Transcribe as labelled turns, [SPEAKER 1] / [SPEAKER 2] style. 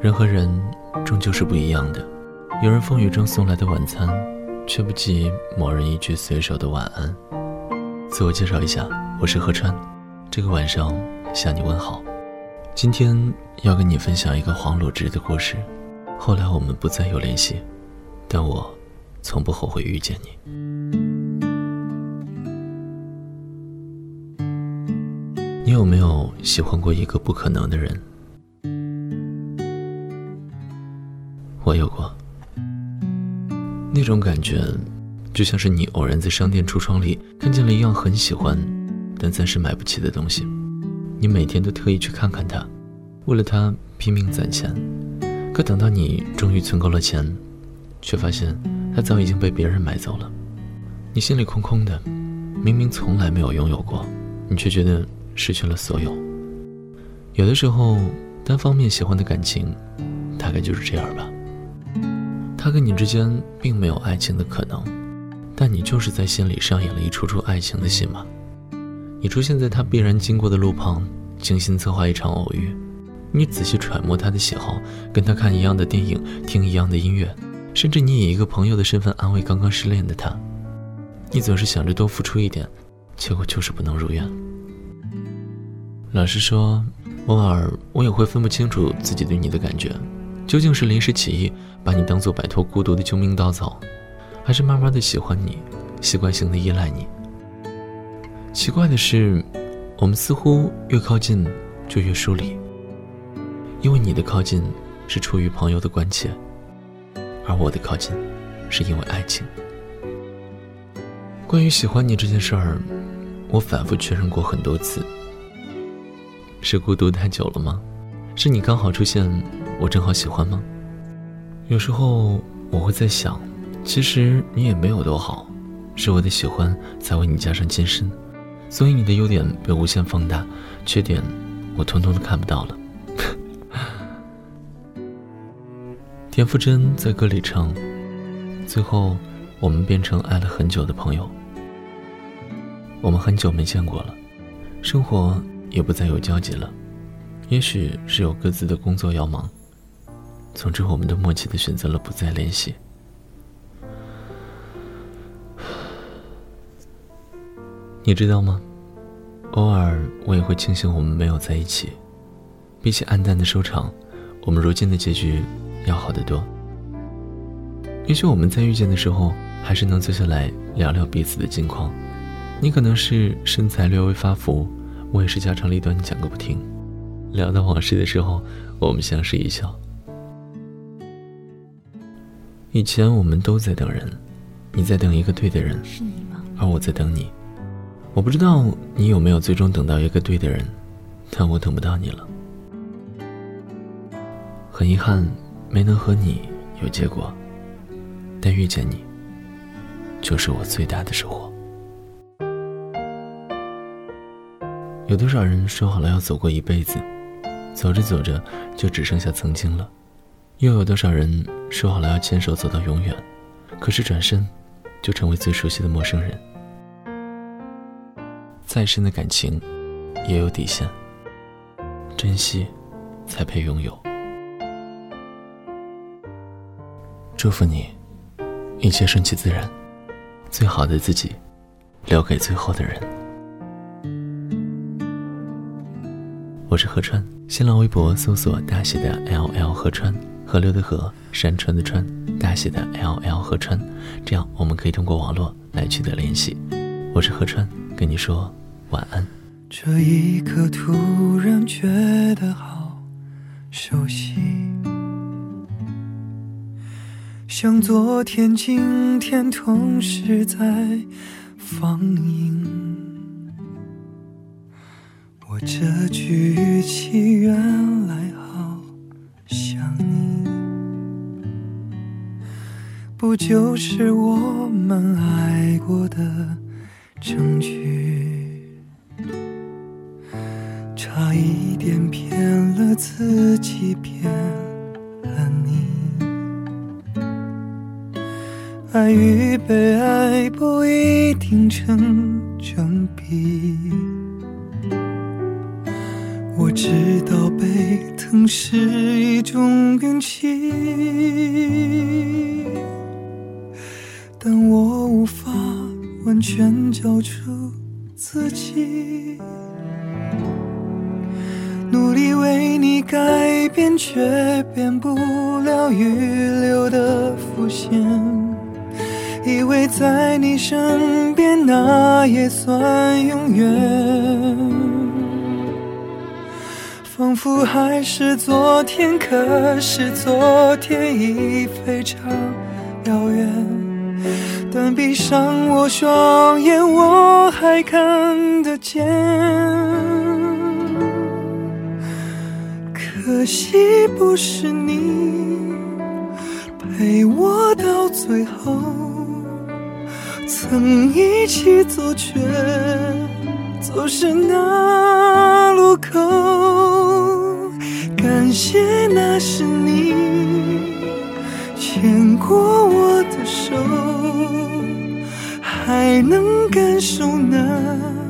[SPEAKER 1] 人和人终究是不一样的，有人风雨中送来的晚餐，却不及某人一句随手的晚安。自我介绍一下，我是何川，这个晚上向你问好。今天要跟你分享一个黄鲁直的故事。后来我们不再有联系，但我从不后悔遇见你。你有没有喜欢过一个不可能的人？我有过。那种感觉就像是你偶然在商店橱窗里看见了一样很喜欢但暂时买不起的东西，你每天都特意去看看它，为了它拼命攒钱，可等到你终于存够了钱，却发现它早已经被别人买走了。你心里空空的，明明从来没有拥有过，你却觉得失去了所有。有的时候单方面喜欢的感情大概就是这样吧，他跟你之间并没有爱情的可能，但你就是在心里上演了一出出爱情的戏码。你出现在他必然经过的路旁，精心策划一场偶遇，你仔细揣摩他的喜好，跟他看一样的电影，听一样的音乐，甚至你以一个朋友的身份安慰刚刚失恋的他。你总是想着多付出一点，结果就是不能如愿。老实说，偶尔我也会分不清楚自己对你的感觉，究竟是临时起意把你当作摆脱孤独的救命稻草，还是慢慢的喜欢你，习惯性的依赖你。奇怪的是，我们似乎越靠近就越疏离，因为你的靠近是出于朋友的关切，而我的靠近是因为爱情。关于喜欢你这件事儿，我反复确认过很多次。是孤独太久了吗？是你刚好出现，我正好喜欢吗？有时候我会在想，其实你也没有多好，是我的喜欢才为你加上金身，所以你的优点被无限放大，缺点我通通都看不到了。田馥甄在歌里唱，最后我们变成爱了很久的朋友。我们很久没见过了，生活也不再有交集了，也许是有各自的工作要忙，总之我们都默契地选择了不再联系。你知道吗？偶尔我也会庆幸我们没有在一起，比起黯淡的收场，我们如今的结局要好得多。也许我们在遇见的时候还是能坐下来聊聊彼此的近况，你可能是身材略微发福，我也是家长里短讲个不停，聊到往事的时候，我们相视一笑。以前我们都在等人，你在等一个对的人，
[SPEAKER 2] 是你吗？
[SPEAKER 1] 而我在等你。我不知道你有没有最终等到一个对的人，但我等不到你了。很遗憾没能和你有结果，但遇见你就是我最大的收获。有多少人说好了要走过一辈子，走着走着就只剩下曾经了，又有多少人说好了要牵手走到永远，可是转身就成为最熟悉的陌生人。再深的感情也有底线，珍惜才配拥有。祝福你一切顺其自然，最好的自己留给最后的人。我是何川，新浪微博搜索大写的 LL 何川，河流的河，山川的川，大写的 LL 何川，这样我们可以通过网络来取得联系。我是何川，跟你说晚安。
[SPEAKER 3] 这一刻突然觉得好熟悉，像昨天今天同时在放映。我这句语气原来好像你，不就是我们爱过的证据？差一点骗了自己，骗了你。爱与被爱不一定成正比。我知道背疼是一种运气，但我无法完全交出自己，努力为你改变，却变不了预留的伏线，以为在你身边那也算永远，仿佛还是昨天，可是昨天已非常遥远，但闭上我双眼，我还看得见。可惜不是你陪我到最后，曾一起走却走失那路口，感谢那是你牵过我的手，还能感受那